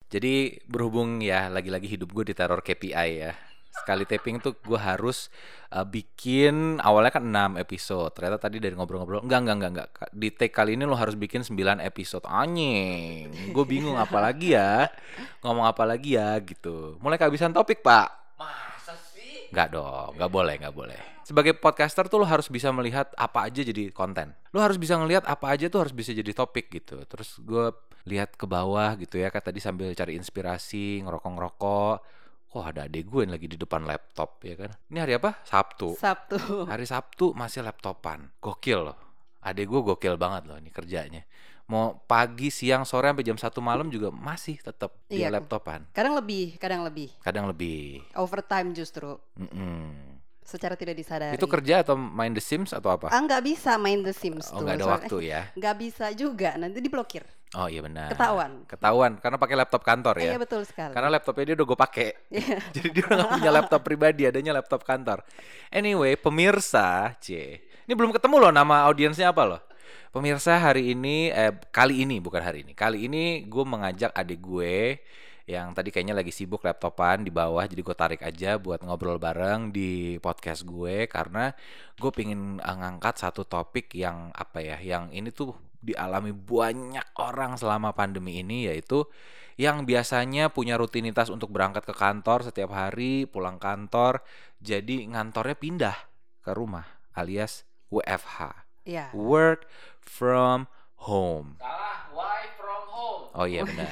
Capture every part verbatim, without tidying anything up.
Jadi berhubung ya lagi-lagi hidup gue diteror K P I ya. Sekali taping tuh gue harus uh, bikin awalnya kan enam episode. Ternyata tadi dari ngobrol-ngobrol enggak enggak enggak enggak. Di take kali ini lo harus bikin sembilan episode. Anjing. Gue bingung apa lagi ya. Ngomong apa lagi ya gitu. Mulai kehabisan topik, Pak. Masa sih? Enggak dong, enggak boleh, enggak boleh. Sebagai podcaster tuh lo harus bisa melihat apa aja jadi konten. Lo harus bisa ngelihat apa aja tuh harus bisa jadi topik gitu. Terus gue lihat ke bawah gitu ya, kayak tadi sambil cari inspirasi, ngerokok-ngerokok. Kok ada adek gue yang lagi di depan laptop ya kan. Ini hari apa? Sabtu. Sabtu. Hari Sabtu masih laptopan. Gokil loh. Adek gue gokil banget loh ini kerjanya. Mau pagi, siang, sore sampai jam satu malam juga masih tetap dia Iya. laptopan. Kadang lebih, kadang lebih. Kadang lebih. Overtime justru. Mm-mm. Secara tidak disadari. Itu kerja atau main The Sims atau apa? Ah, nggak bisa main The Sims Oh, tuh. nggak ada Soalnya- waktu ya? Nggak bisa juga, nanti diblokir. Oh iya benar. Ketahuan. Ketahuan karena pakai laptop kantor ya. Iya betul sekali. Karena laptopnya dia udah gue pakai. Iya. Jadi dia udah gak punya laptop pribadi, adanya laptop kantor. Anyway, pemirsa, C. Ini belum ketemu loh nama audiensnya apa loh. Pemirsa hari ini, eh kali ini bukan hari ini. Kali ini gue mengajak adik gue yang tadi kayaknya lagi sibuk laptopan di bawah. Jadi gue tarik aja buat ngobrol bareng di podcast gue. Karena gue pingin uh, ngangkat satu topik yang apa ya, yang ini tuh dialami banyak orang selama pandemi ini, yaitu yang biasanya punya rutinitas untuk berangkat ke kantor setiap hari, pulang kantor, jadi ngantornya pindah ke rumah alias W F H, Iya. work from home. Salah, why from home? Oh iya benar.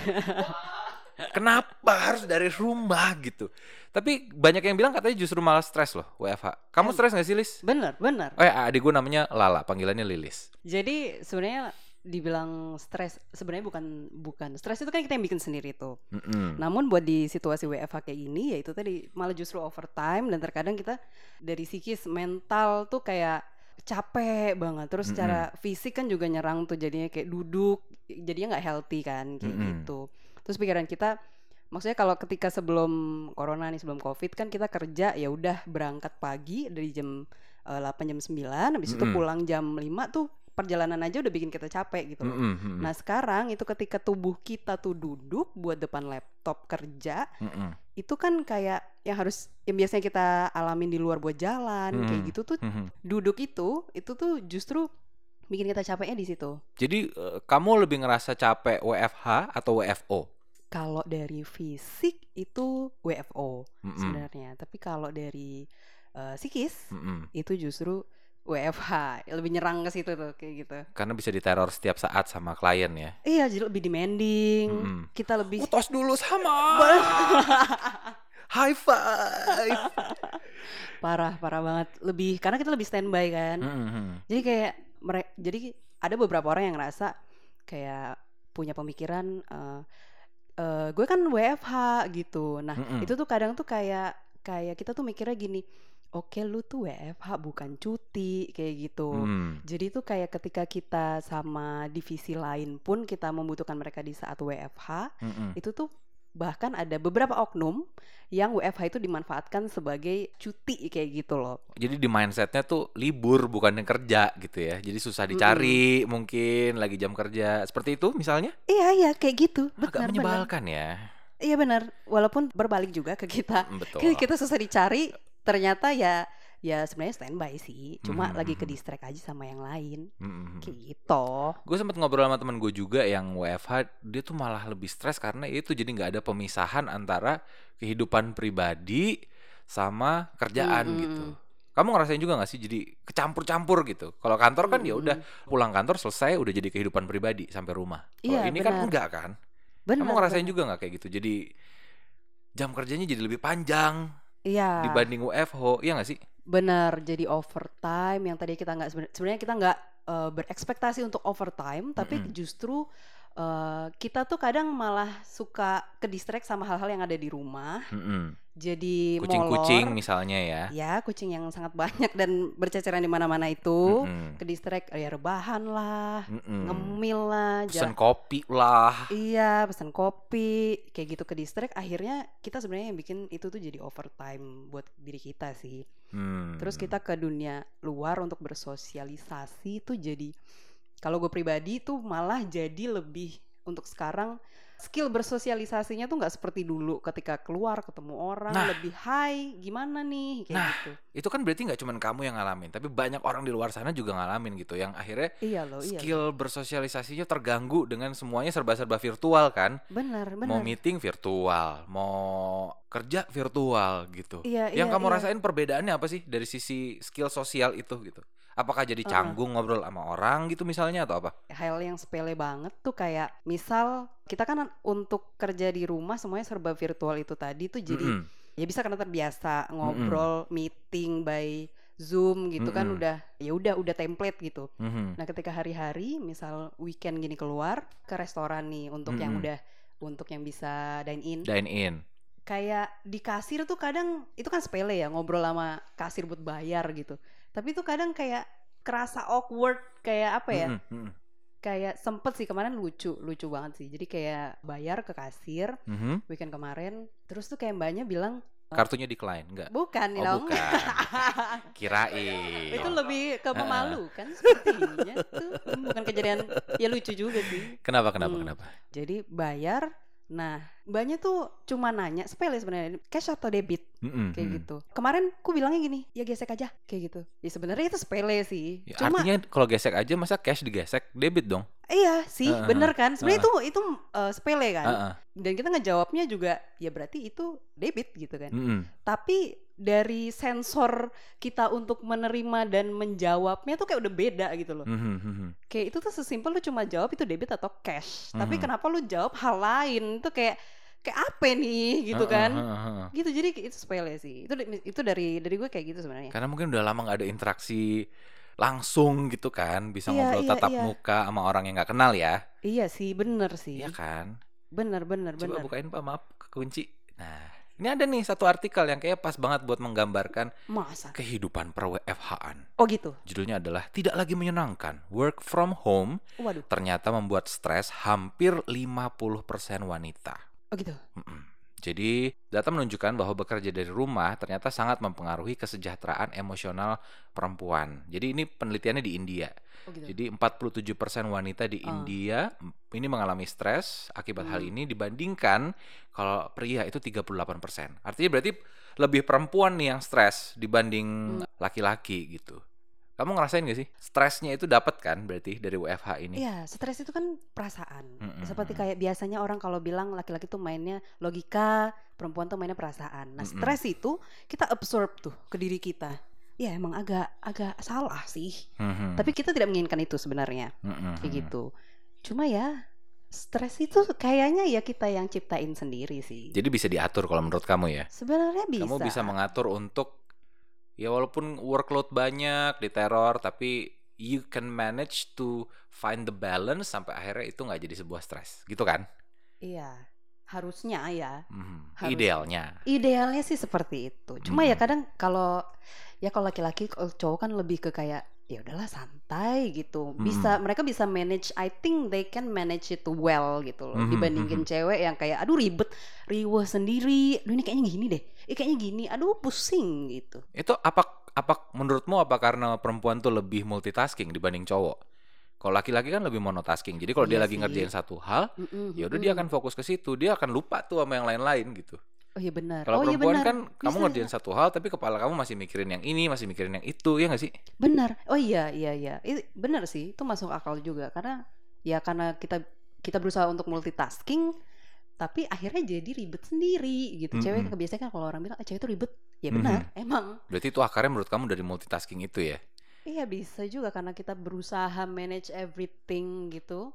Kenapa harus dari rumah gitu? Tapi banyak yang bilang katanya justru malah stres loh W F H. Kamu stres gak sih, Lis? Bener, bener. Oh ya, adik gue namanya Lala, panggilannya Lilis. Jadi sebenarnya dibilang stres, sebenarnya bukan bukan stres itu kan kita yang bikin sendiri tuh. Mm-mm. Namun buat di situasi W F H kayak gini, ya itu tadi malah justru overtime dan terkadang kita dari psikis mental tuh kayak capek banget. Terus Mm-mm. secara fisik kan juga nyerang tuh, jadinya kayak duduk, jadinya nggak healthy kan kayak Mm-mm. gitu. Terus pikiran kita, maksudnya kalau ketika sebelum corona nih, sebelum covid kan kita kerja ya udah berangkat pagi dari jam uh, delapan jam sembilan, habis itu Mm-mm. pulang jam lima tuh perjalanan aja udah bikin kita capek gitu loh. Mm-mm, mm-mm. Nah sekarang itu ketika tubuh kita tuh duduk buat depan laptop kerja, Mm-mm. itu kan kayak yang harus, yang biasanya kita alamin di luar buat jalan Mm-mm. kayak gitu tuh, Mm-mm. duduk itu itu tuh justru bikin kita capeknya di situ. Jadi eh, kamu lebih ngerasa capek W F H atau W F O? Kalau dari fisik itu W F O Mm-mm. sebenarnya, tapi kalau dari uh, psikis Mm-mm. itu justru W F H, lebih nyerang ke situ tuh kayak gitu. Karena bisa diteror setiap saat sama klien ya. Iya, jadi lebih demanding. Mm-mm. Kita lebih Tos dulu sama. High five. parah, parah banget. Lebih karena kita lebih standby kan. Mm-mm. Jadi kayak mereka, jadi ada beberapa orang yang ngerasa kayak punya pemikiran uh, uh, gue kan W F H gitu. Nah, Mm-mm. itu tuh kadang tuh kayak kayak kita tuh mikirnya gini, oke lu tuh W F H bukan cuti kayak gitu. Mm. Jadi tuh kayak ketika kita sama divisi lain pun kita membutuhkan mereka di saat W F H, Mm-mm. itu tuh bahkan ada beberapa oknum yang W F H itu dimanfaatkan sebagai cuti kayak gitu loh. Jadi di mindsetnya tuh libur bukan yang kerja gitu ya. Jadi susah dicari mungkin lagi jam kerja. Seperti itu misalnya. Iya iya kayak gitu. Agak Benar benar. menyebalkan ya. Iya benar. Walaupun berbalik juga ke kita. Mm, betul. Kayak kita susah dicari, ternyata ya ya sebenarnya standby sih. Cuma Mhm, lagi ke mhm. distract aja sama yang lain. Mm-mm. Kayak gitu. Gue sempet ngobrol sama temen gue juga yang W F H, dia tuh malah lebih stres karena itu jadi nggak ada pemisahan antara kehidupan pribadi sama kerjaan Mm-mm. gitu. Kamu ngerasain juga nggak sih jadi kecampur-campur gitu? Kalau kantor kan ya udah pulang kantor selesai udah jadi kehidupan pribadi sampai rumah. Kalau Iya, ini kan benar. enggak kan? Benar. Kamu ngerasain benar. juga nggak kayak gitu? Jadi jam kerjanya jadi lebih panjang Iya. dibanding W F H, iya nggak sih? Benar, jadi overtime yang tadi kita nggak sebenarnya sebenarnya kita nggak uh, berekspektasi untuk overtime, tapi Mm-mm. justru uh, kita tuh kadang malah suka ke distract sama hal-hal yang ada di rumah. Mm-mm. Jadi Kucing-kucing molor. misalnya ya. Ya, kucing yang sangat banyak dan berceceran di mana-mana itu, Mm-mm. ke distract ya rebahan lah, Mm-mm. ngemil lah, Pesen ja- kopi lah. iya, pesan kopi, kayak gitu ke distract. Akhirnya kita sebenarnya yang bikin itu tuh jadi overtime buat diri kita sih. Hmm. Terus kita ke dunia luar untuk bersosialisasi tuh jadi, kalau gue pribadi tuh malah jadi lebih untuk sekarang skill bersosialisasinya tuh nggak seperti dulu ketika keluar ketemu orang Nah. lebih high gimana nih kayak Nah. gitu. Itu kan berarti nggak cuma kamu yang ngalamin, tapi banyak orang di luar sana juga ngalamin gitu, yang akhirnya Iya loh, iya. loh. skill bersosialisasinya terganggu dengan semuanya serba-serba virtual kan. Benar, Mau benar. meeting virtual, mau kerja virtual gitu. Iya, Yang iya, kamu iya. rasain perbedaannya apa sih dari sisi skill sosial itu gitu? Apakah jadi Uh-uh. canggung ngobrol sama orang gitu misalnya atau apa? Hal yang sepele banget tuh kayak misal kita kan untuk kerja di rumah semuanya serba virtual itu tadi tuh jadi Mm-mm. ya bisa karena terbiasa ngobrol meeting by Zoom gitu kan Mm-mm. udah ya udah udah template gitu. Mhm. Nah, ketika hari-hari misal weekend gini keluar ke restoran nih untuk yang Mm-mm. udah untuk yang bisa dine in. Dine in. Kayak di kasir tuh kadang itu kan sepele ya ngobrol sama kasir buat bayar gitu. Tapi tuh kadang kayak kerasa awkward kayak apa ya? Mm-mm. Mm-mm. Kayak sempet sih kemarin lucu, lucu banget sih. Jadi kayak bayar ke kasir Mhm. weekend kemarin, terus tuh kayak mbaknya bilang Kartunya decline enggak? bukan nih Oh, dong. bukan. Kirain. Itu lebih ke Heeh. memalukan sepertinya tuh. Bukan kejadian ya lucu juga sih. Kenapa kenapa Hmm. kenapa? Jadi bayar, nah mbaknya tuh cuma nanya sepele sebenarnya cash atau debit Mm-mm. kayak Mm. gitu. Kemarin ku bilangnya gini, ya gesek aja kayak gitu. Ya sebenarnya itu sepele sih. Ya, Cuma artinya kalau gesek aja masa cash digesek debit dong? iya sih, Heeh, bener kan? Sebenarnya heeh. itu itu uh, sepele kan. Heeh. Dan kita ngejawabnya juga ya berarti itu debit gitu kan. Mm-mm. Tapi dari sensor kita untuk menerima dan menjawabnya tuh kayak udah beda gitu loh. Mhm, mhm. Kayak itu tuh sesimpel lu cuma jawab itu debit atau cash. Tapi Mhm. kenapa lu jawab hal lain? Itu kayak kayak apa nih gitu Heeh, kan? heeh, heeh. Gitu jadi itu sepele sih. Itu itu dari dari gue kayak gitu sebenarnya. Karena mungkin udah lama nggak ada interaksi langsung gitu kan, bisa Iya, ngobrol iya, tatap iya. muka sama orang yang nggak kenal ya, Iya sih, bener sih. iya kan? Bener bener Coba bener. bukain Pak, maaf kekunci. Nah, ini ada nih satu artikel yang kayak pas banget buat menggambarkan Masa? kehidupan per W F H-an. Oh gitu. Judulnya adalah Tidak Lagi Menyenangkan, Work from Home Waduh. ternyata membuat stres hampir lima puluh persen wanita. Oh gitu. Mm-mm. Jadi, data menunjukkan bahwa bekerja dari rumah ternyata sangat mempengaruhi kesejahteraan emosional perempuan. Jadi ini penelitiannya di India. Oh gitu. Jadi empat puluh tujuh persen wanita di Ah. India mm, ini mengalami stres akibat hal Hmm. ini dibandingkan kalau pria itu tiga puluh delapan persen. Artinya berarti lebih perempuan nih yang stres dibanding Hmm. laki-laki gitu. Kamu ngerasain gak sih? Stresnya itu dapat kan berarti dari W F H ini? Iya, stres itu kan perasaan. Mm-mm. Seperti kayak biasanya orang kalau bilang laki-laki tuh mainnya logika, perempuan tuh mainnya perasaan. Nah, Mm-mm. stres itu kita absorb tuh ke diri kita. Ya emang agak agak salah sih. Mhm. Tapi kita tidak menginginkan itu sebenarnya. Mhm. Kayak gitu. Cuma ya stres itu kayaknya ya kita yang ciptain sendiri sih. Jadi bisa diatur kalau menurut kamu ya? Sebenarnya bisa. Kamu bisa mengatur untuk ya walaupun workload banyak di teror tapi you can manage to find the balance sampai akhirnya itu nggak jadi sebuah stres gitu kan? Iya, harusnya ya. Mhm. Harus. Idealnya. Idealnya sih seperti itu. Cuma Mm-mm. ya kadang kalau ya kalau laki-laki kalau cowok kan lebih ke kayak ya udahlah santai gitu. Bisa mereka bisa manage. I think they can manage it well gitu loh. Mhm, Dibandingin cewek yang kayak aduh ribet, riweh sendiri. Aduh ini kayaknya gini deh. Eh kayaknya gini. Aduh pusing gitu. Itu apa apa menurutmu apa karena perempuan tuh lebih multitasking dibanding cowok? Kalau laki-laki kan lebih monotasking. Jadi kalau dia Iya lagi sih. ngerjain satu hal, Mm-mm, ya udah dia mm-mm. akan fokus ke situ. Dia akan lupa tuh sama yang lain-lain gitu. Oh iya benar. Kalau Oh iya perempuan benar. kan kamu Bisa, ngerjain satu hal tapi kepala kamu masih mikirin yang ini, masih mikirin yang itu, ya nggak sih? benar. Oh iya iya iya. Itu benar sih. Itu masuk akal juga karena ya karena kita kita berusaha untuk multitasking tapi akhirnya jadi ribet sendiri gitu. Cewek Mm-mm. kebiasaan kan kalau orang bilang ah, cewek itu ribet. Ya benar, emang. Berarti itu akarnya menurut kamu dari multitasking itu ya? Iya bisa juga karena kita berusaha manage everything gitu.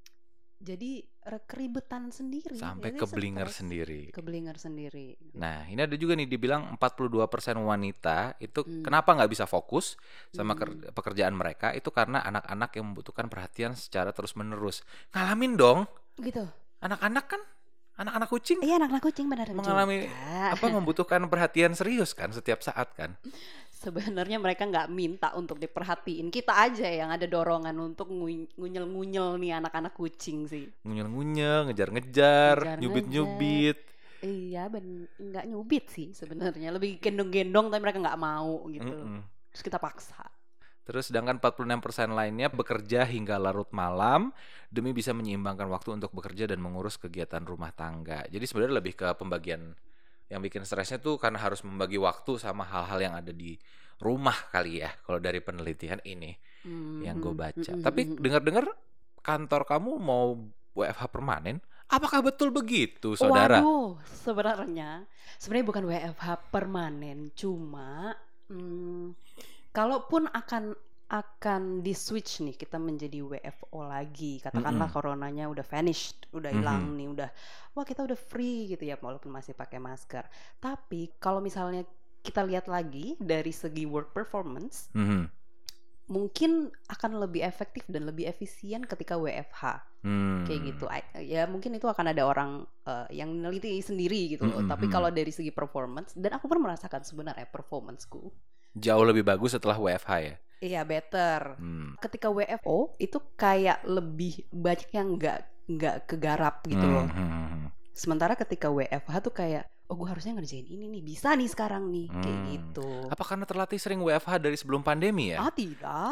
Jadi re- keribetan sendiri. Sampai Jadi keblinger stres. sendiri. Keblinger sendiri. Nah, ini ada juga nih dibilang empat puluh dua persen wanita itu Hmm. kenapa nggak bisa fokus sama Hmm. ker- pekerjaan mereka itu karena anak-anak yang membutuhkan perhatian secara terus-menerus. Ngalamin dong. Gitu. Anak-anak kan anak-anak kucing Iya anak-anak kucing benar mengalami juga. apa membutuhkan perhatian serius kan setiap saat kan. Sebenarnya mereka nggak minta untuk diperhatiin. Kita aja yang ada dorongan untuk ngu- ngunyel-ngunyel nih anak-anak kucing sih. Ngunyel-ngunyel, ngejar-ngejar, Ngejar-ngejar. nyubit-nyubit. Iya, ben nggak nyubit sih sebenarnya. Lebih gendong-gendong tapi mereka nggak mau gitu. Mm-mm. Terus kita paksa. Terus sedangkan empat puluh enam persen lainnya bekerja hingga larut malam demi bisa menyeimbangkan waktu untuk bekerja dan mengurus kegiatan rumah tangga. Jadi sebenarnya lebih ke pembagian yang bikin stresnya tuh karena harus membagi waktu sama hal-hal yang ada di rumah kali ya. Kalau dari penelitian ini Hmm, yang gue baca. hmm, hmm, Tapi hmm, hmm. dengar-dengar kantor kamu mau W F H permanen? Apakah betul begitu, saudara? Waduh, sebenarnya sebenarnya bukan W F H permanen, cuma hmm, kalaupun akan akan di switch nih kita menjadi W F O lagi, katakanlah Mm-mm. coronanya udah vanished, udah Mhm. hilang nih, udah wah kita udah free gitu ya, walaupun masih pakai masker. Tapi kalau misalnya kita lihat lagi dari segi work performance, Mhm. mungkin akan lebih efektif dan lebih efisien ketika W F H. Hmm. Kayak gitu. I- ya mungkin itu akan ada orang uh, yang meneliti sendiri gitu loh. Mm-mm, Tapi mm. kalau dari segi performance, dan aku pun merasakan sebenarnya performanceku Jauh lebih bagus setelah W F H ya. iya better. Hmm. Ketika W F O itu kayak lebih banyak yang nggak nggak kegarap gitu loh. Hmm, hmm, hmm. Sementara ketika W F H tuh kayak oh gue harusnya ngerjain ini nih, bisa nih sekarang nih, kayak Hmm. gitu. Apa karena terlatih sering W F H dari sebelum pandemi ya? Ah tidak.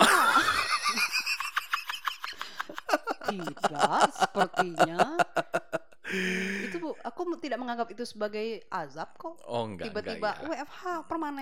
Tidak, sepertinya. Itu bu, aku m- tidak menganggap itu sebagai azab kok. Oh enggak, Tiba-tiba enggak ya. W F H permanen.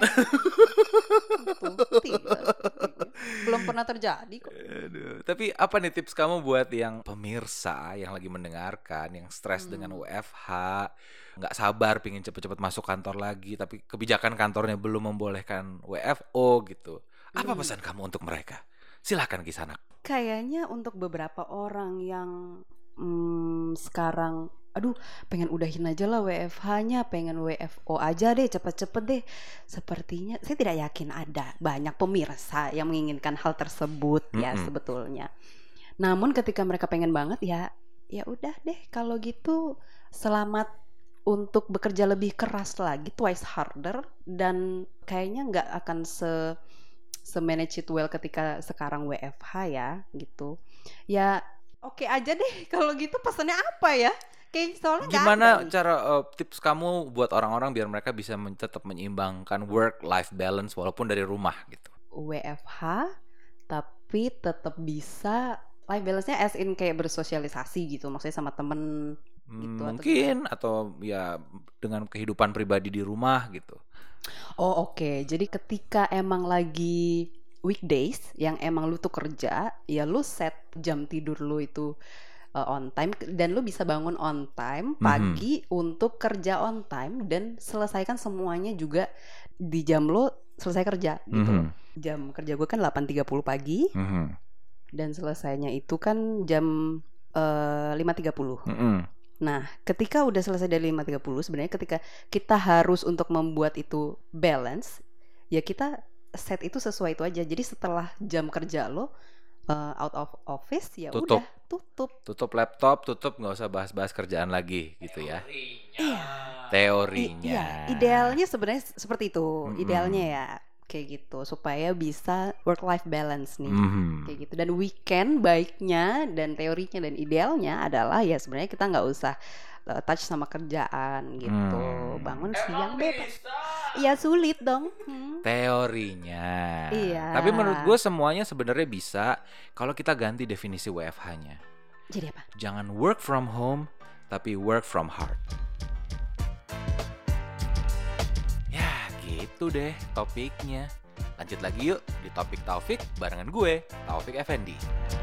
Gitu. Tidak, sepertinya. Belum pernah terjadi kok. Aduh. Tapi apa nih tips kamu buat yang pemirsa yang lagi mendengarkan, yang stres Hmm. dengan W F H, nggak sabar pingin cepet-cepet masuk kantor lagi, tapi kebijakan kantornya belum membolehkan W F O gitu. Apa Hmm. pesan kamu untuk mereka? Silahkan Kisanak. Kayaknya untuk beberapa orang yang hmm, sekarang, aduh, pengen udahin aja lah W F H-nya, pengen W F O aja deh, cepet-cepet deh. Sepertinya saya tidak yakin ada banyak pemirsa yang menginginkan hal tersebut ya Mm-mm. sebetulnya. Namun ketika mereka pengen banget ya, ya udah deh kalau gitu selamat untuk bekerja lebih keras lagi, twice harder, dan kayaknya nggak akan se se-manage it well ketika sekarang W F H ya gitu. Ya oke aja deh kalau gitu, pesannya apa ya? Kayak soalnya nggak Gimana ada nih. cara eh, tips kamu buat orang-orang biar mereka bisa men- tetap menyeimbangkan work life balance walaupun dari rumah gitu? W F H tapi tetap bisa life balance-nya as in kayak bersosialisasi gitu, maksudnya sama temen Hmm, gitu atau mungkin atau ya dengan kehidupan pribadi di rumah gitu. Oh oke, jadi ketika emang lagi weekdays yang emang lu tuh kerja, ya lu set jam tidur lu itu uh, on time dan lu bisa bangun on time Mhm. pagi untuk kerja on time dan selesaikan semuanya juga di jam lu selesai kerja gitu loh. Mhm. Jam kerja gue kan delapan tiga puluh pagi Mhm. dan selesainya itu kan jam uh, lima tiga puluh. Mhm. Nah, ketika udah selesai dari lima tiga puluh, sebenarnya ketika kita harus untuk membuat itu balance, ya kita set itu sesuai itu aja. Jadi setelah jam kerja lo uh, out of office, ya Tutup. udah tutup. Tutup laptop, tutup nggak usah bahas-bahas kerjaan lagi gitu ya. Teorinya. Iya. I- Teorinya. iya, idealnya sebenarnya s- seperti itu. Mm-mm. Idealnya ya kayak gitu supaya bisa work life balance nih. Mhm. Kayak gitu. Dan weekend baiknya dan teorinya dan idealnya adalah ya sebenarnya kita nggak usah uh, touch sama kerjaan gitu. Hmm. Bangun Emang siang bebas. bisa. Ya sulit dong. Hmm. Teorinya. Iya. Tapi menurut gue semuanya sebenarnya bisa kalau kita ganti definisi W F H-nya. Jadi apa? Jangan work from home, tapi work from heart. Ya gitu deh topiknya. Lanjut lagi yuk di Topik Taufik barengan gue, Taufik Effendi.